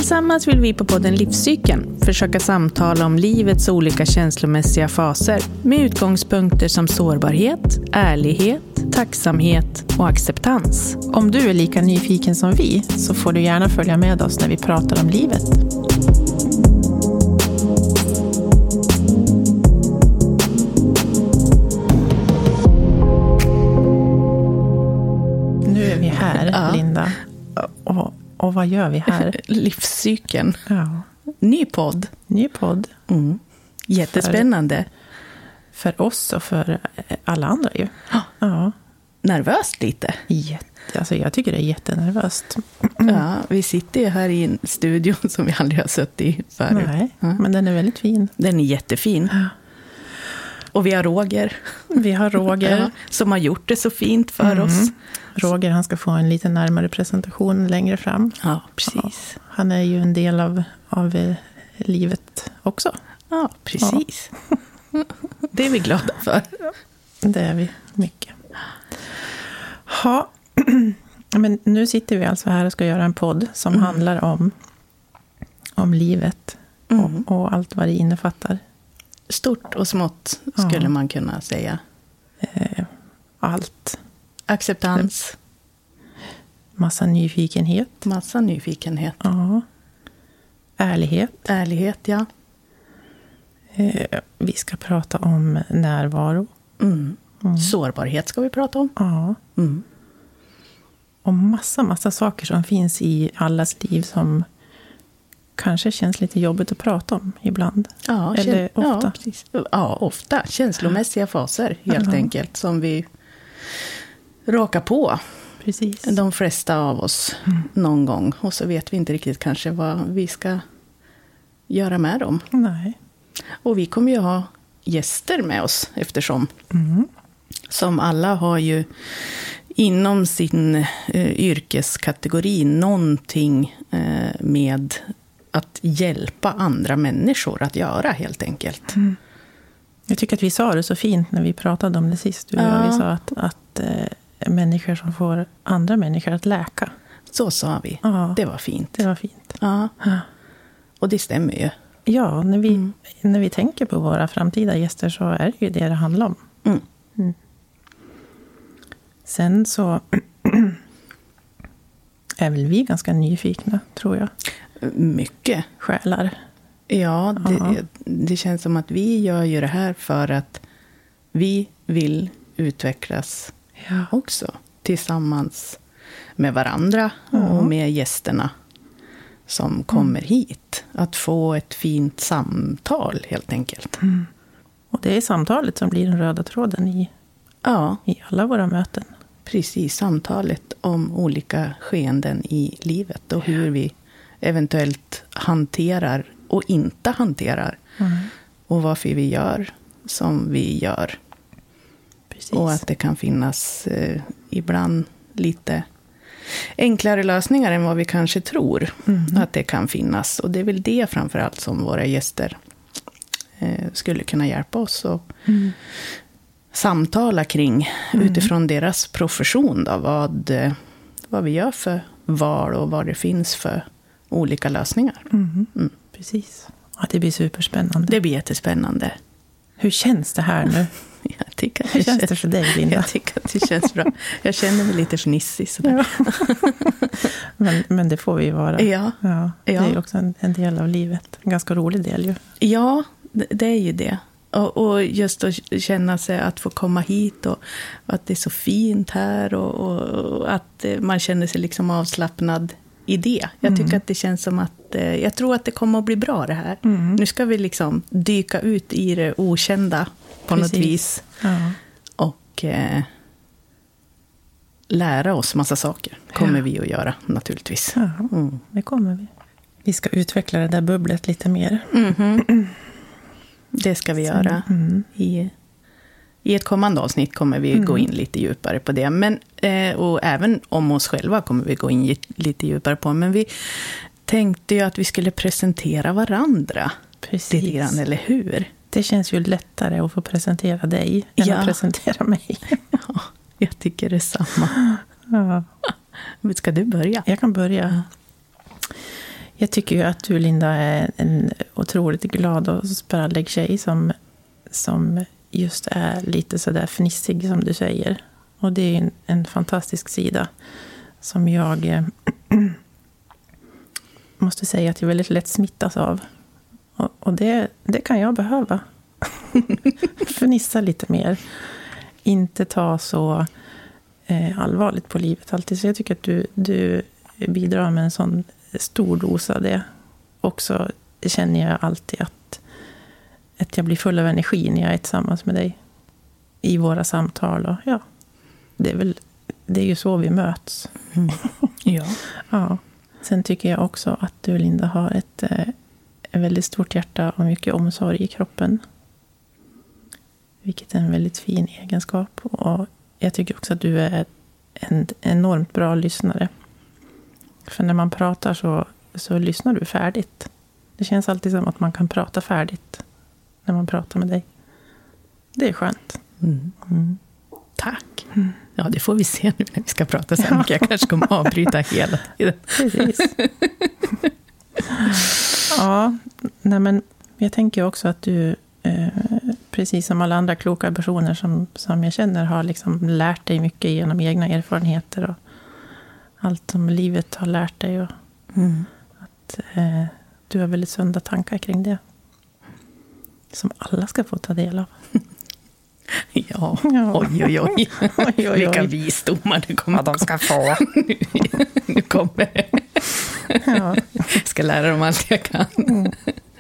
Tillsammans vill vi på podden Livscykeln försöka samtala om livets olika känslomässiga faser med utgångspunkter som sårbarhet, ärlighet, tacksamhet och acceptans. Om du är lika nyfiken som vi så får du gärna följa med oss när vi pratar om livet. Nu är vi här, Linda. Och vad gör vi här? Livscykeln. Ja. Ny podd. Ny podd. Mm. Jättespännande. För oss och för alla andra ju. Ja. Nervöst lite. Alltså jag tycker det är jättenervöst. Ja, vi sitter ju här i en studio som vi aldrig har suttit i förut. Nej, men den är väldigt fin. Den är jättefin. Ja. Och vi har Roger. Som har gjort det så fint för oss. Roger, han ska få en lite närmare presentation längre fram. Ja, precis. Ja, han är ju en del av livet också. Ja, precis. Ja. Det är vi glada för. Det är vi mycket. Ja, men nu sitter vi alltså här och ska göra en podd som handlar om livet och allt vad det innefattar. Stort och smått skulle man kunna säga. Allt. Acceptans. Massa nyfikenhet. Ja. Ärlighet, ja. Vi ska prata om närvaro. Sårbarhet ska vi prata om. Ja. Och massa saker som finns i allas liv som kanske känns lite jobbigt att prata om ibland. Ja, eller ofta. Ja, precis. Ja, ofta. Känslomässiga faser helt enkelt som vi råkar på. Precis. De flesta av oss någon gång. Och så vet vi inte riktigt kanske vad vi ska göra med dem. Nej. Och vi kommer ju ha gäster med oss eftersom. Som alla har ju inom sin yrkeskategori någonting med att hjälpa andra människor att göra helt enkelt. Jag tycker att vi sa det så fint när vi pratade om det sist. Vi sa att människor som får andra människor att läka. Så sa vi. Ja. Det var fint. Det var fint. Ja. Och det stämmer ju. Ja, när vi tänker på våra framtida gäster så är det ju det handlar om. Sen så är väl vi ganska nyfikna, tror jag. Mycket. Själar. Ja, det känns som att vi gör ju det här för att vi vill utvecklas också. Tillsammans med varandra och med gästerna som kommer hit. Att få ett fint samtal helt enkelt. Och det är samtalet som blir den röda tråden i alla våra möten. Precis, samtalet om olika skeenden i livet och hur vi eventuellt hanterar och inte hanterar. Och varför vi gör som vi gör. Precis. Och att det kan finnas ibland lite enklare lösningar än vad vi kanske tror att det kan finnas. Och det är väl det framförallt som våra gäster skulle kunna hjälpa oss att samtala kring utifrån deras profession. Då, vad vi gör för val och vad det finns för olika lösningar. Precis. Ja, det blir superspännande. Det blir jättespännande. Hur känns det här nu? Jag tycker att Hur känns det för dig, Linda? Jag tycker att det känns bra. Jag känner mig lite fnissig. Sådär. Ja. Men det får vi vara. Ja. Det är också en del av livet. En ganska rolig del ju. Ja, det är ju det. Och just att känna sig att få komma hit och att det är så fint här och att man känner sig liksom avslappnad i det. Jag tycker att det känns som att jag tror att det kommer att bli bra det här. Nu ska vi liksom dyka ut i det okända på något vis. Ja. Och lära oss massa saker kommer vi att göra naturligtvis. Ja, det kommer vi. Vi ska utveckla det där bubblet lite mer. Det ska vi göra. I ett kommande avsnitt kommer vi gå in lite djupare på det. Men, och även om oss själva kommer vi gå in lite djupare på. Men vi tänkte ju att vi skulle presentera varandra. Precis. Lite grann, eller hur? Det känns ju lättare att få presentera dig än att presentera mig. Ja, jag tycker det är samma. Ja. Men ska du börja? Jag kan börja. Jag tycker ju att du, Linda, är en otroligt glad och sprallig tjej som just är lite sådär fnissig som du säger. Och det är en fantastisk sida som jag måste säga att jag väldigt lätt smittas av. Och det kan jag behöva. Fnissa lite mer. Inte ta så allvarligt på livet alltid. Så jag tycker att du bidrar med en sån stor dos av det. Också känner jag alltid att jag blir full av energi när jag är tillsammans med dig. I våra samtal. Och ja, det är ju så vi möts. Mm. Ja. Ja. Sen tycker jag också att du, Linda, har ett väldigt stort hjärta och mycket omsorg i kroppen. Vilket är en väldigt fin egenskap. Och jag tycker också att du är en enormt bra lyssnare. För när man pratar så lyssnar du färdigt. Det känns alltid som att man kan prata färdigt när man pratar med dig. Det är skönt. Mm. Mm. Tack. Mm. Ja, det får vi se nu när vi ska prata sen. Ja. Jag kanske kommer avbryta hela tiden. Precis. Ja, nej, men jag tänker också att du, precis som alla andra kloka personer som jag känner, har liksom lärt dig mycket genom egna erfarenheter och allt som livet har lärt dig. Och att du har väldigt sunda tankar kring det. Som alla ska få ta del av. Ja, oj. Vilka visdomar det kommer. Ja, de ska få. Nu kommer det. Ja. Jag ska lära dem allt jag kan. Mm.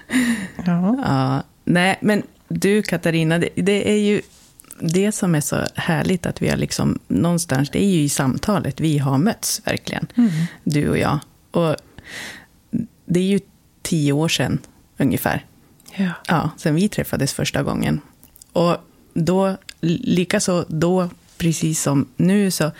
Ja. Nej, men du, Katarina, det är ju det som är så härligt att vi har liksom någonstans, det är ju i samtalet vi har mötts verkligen. Du och jag. Och det är ju 10 år sedan ungefär. Ja, sen vi träffades första gången. Och då, likaså då, precis som nu, så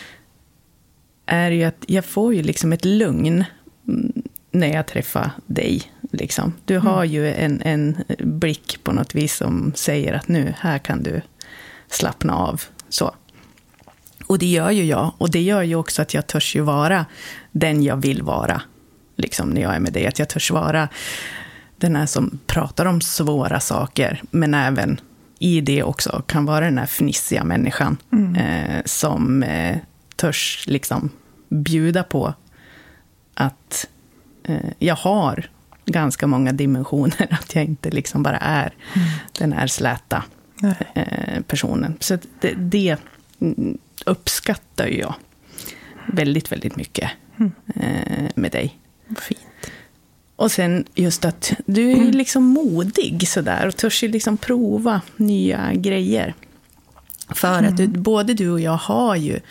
är det ju att jag får ju liksom ett lugn när jag träffar dig. Liksom. Du har ju en blick på något vis som säger att nu, här kan du slappna av. Så. Och det gör ju jag. Och det gör ju också att jag törs ju vara den jag vill vara. Liksom när jag är med dig. Att jag törs vara den här som pratar om svåra saker. Men även i det också kan vara den här fnissiga människan. Som törs liksom bjuda på att jag har ganska många dimensioner. Att jag inte liksom bara är den här släta personen. Så det uppskattar jag väldigt, väldigt mycket med dig. Fint. Och sen just att du är liksom modig sådär och törs ju liksom prova nya grejer. För att både du och jag har ju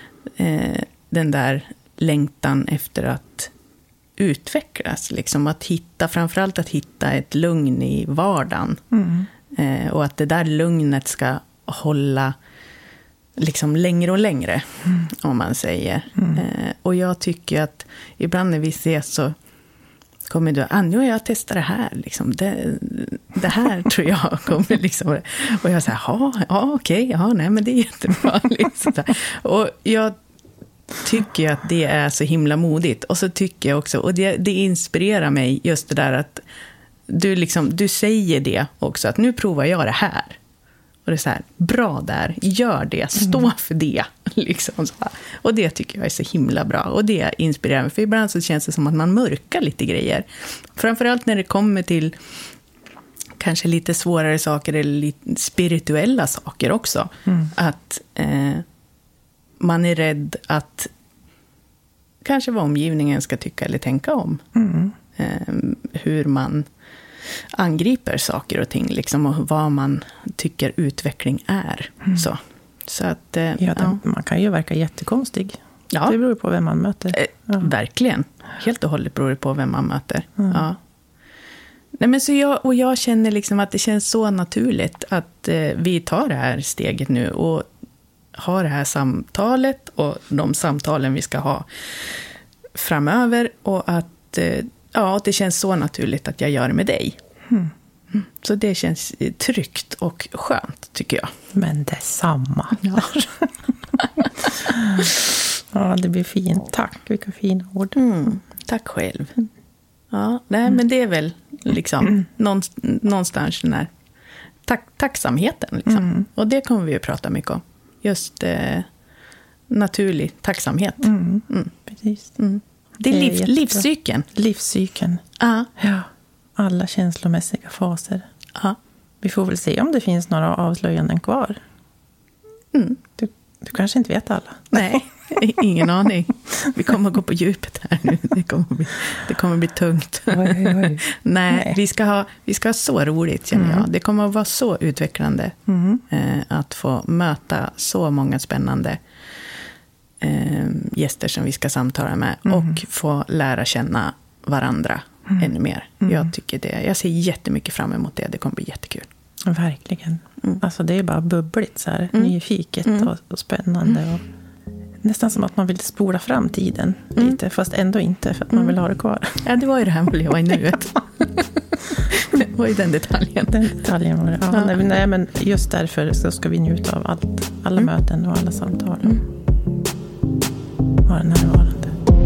den där längtan efter att utvecklas. Liksom att hitta, framförallt att hitta ett lugn i vardagen. Och att det där lugnet ska hålla liksom längre och längre, om man säger. Och jag tycker att ibland när vi ses så kommer du, nu har jag testat det här. Liksom. Det här tror jag kommer liksom. Och jag säger, okej, nej men det är jättebra. Liksom. Och jag tycker att det är så himla modigt. Och så tycker jag också, och det inspirerar mig just det där att du säger det också, att nu provar jag det här. Och det är så här, bra där, gör det, stå för det. Liksom så här. Och det tycker jag är så himla bra. Och det inspirerar mig, för ibland så känns det som att man mörkar lite grejer. Framförallt när det kommer till kanske lite svårare saker eller lite spirituella saker också. Att man är rädd att kanske vad omgivningen ska tycka eller tänka om. Hur man angriper saker och ting liksom, och vad man tycker utveckling är. Så att, man kan ju verka jättekonstig. Ja. Det beror på vem man möter. Verkligen. Helt och hållet beror det på vem man möter. Ja. Nej, men så jag känner liksom att det känns så naturligt att vi tar det här steget nu och har det här samtalet och de samtalen vi ska ha framöver, och att det känns så naturligt att jag gör det med dig. Så det känns tryggt och skönt, tycker jag. Men det är samma. Ja, det blir fint. Tack, vilka fina ord. Tack själv. Nej, men det är väl liksom någonstans den här tacksamheten. Liksom. Och det kommer vi att prata mycket om. Just naturlig tacksamhet. Precis. Det är livscykeln. Livscykeln. Ja. Alla känslomässiga faser. Vi får väl se om det finns några avslöjanden kvar. Du kanske inte vet alla. Nej, ingen aning. Vi kommer att gå på djupet här nu. Det kommer bli tungt. Oj. Nej, vi ska ha så roligt, känner jag. Det kommer att vara så utvecklande att få möta så många spännande gäster som vi ska samtala med och få lära känna varandra ännu mer. Jag tycker det. Jag ser jättemycket fram emot det. Det kommer bli jättekul. Verkligen. Alltså det är bara bubbligt så här, nyfiket och spännande och nästan som att man vill spola fram tiden lite, fast ändå inte för att man vill ha det kvar. Ja, det var ju det här med att leva i nuet. Det var ju den detaljen. Den detaljen var det. Ja. Nej, men just därför så ska vi njuta av alla möten och alla samtal. Vara närvarande.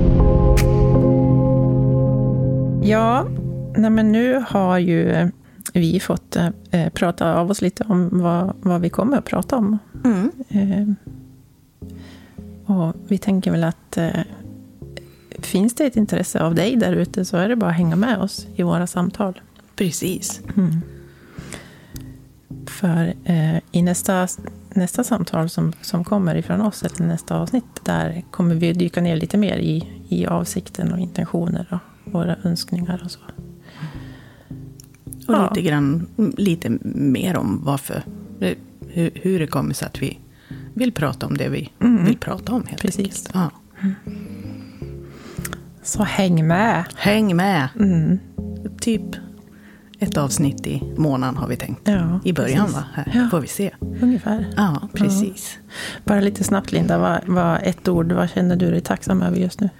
Ja, men nu har ju vi fått prata av oss lite om vad vi kommer att prata om. Och vi tänker väl att finns det ett intresse av dig där ute så är det bara att hänga med oss i våra samtal. Precis. För i nästa samtal som kommer ifrån oss, eller nästa avsnitt, där kommer vi dyka ner lite mer i avsikten och intentioner och våra önskningar och så. Och lite mer om varför, hur det kommer sig att vi vill prata om det vi vill prata om helt enkelt. Ja. Så häng med! Häng med! Typ ett avsnitt i månaden har vi tänkt. Ja, i början precis. Här får vi se. Ungefär. Ja, precis. Bara lite snabbt, Linda. Vad ett ord, vad känner du dig tacksam över just nu?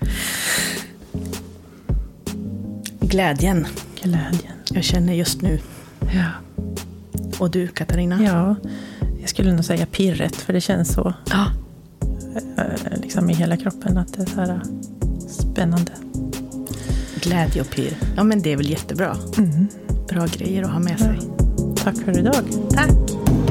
Glädjen. Jag känner just nu. Ja. Och du, Katarina? Ja, jag skulle nog säga pirret, för det känns så liksom i hela kroppen att det är så här spännande. Glädje och pirr. Ja, men det är väl jättebra. Bra grejer att ha med sig. Tack för idag. Tack.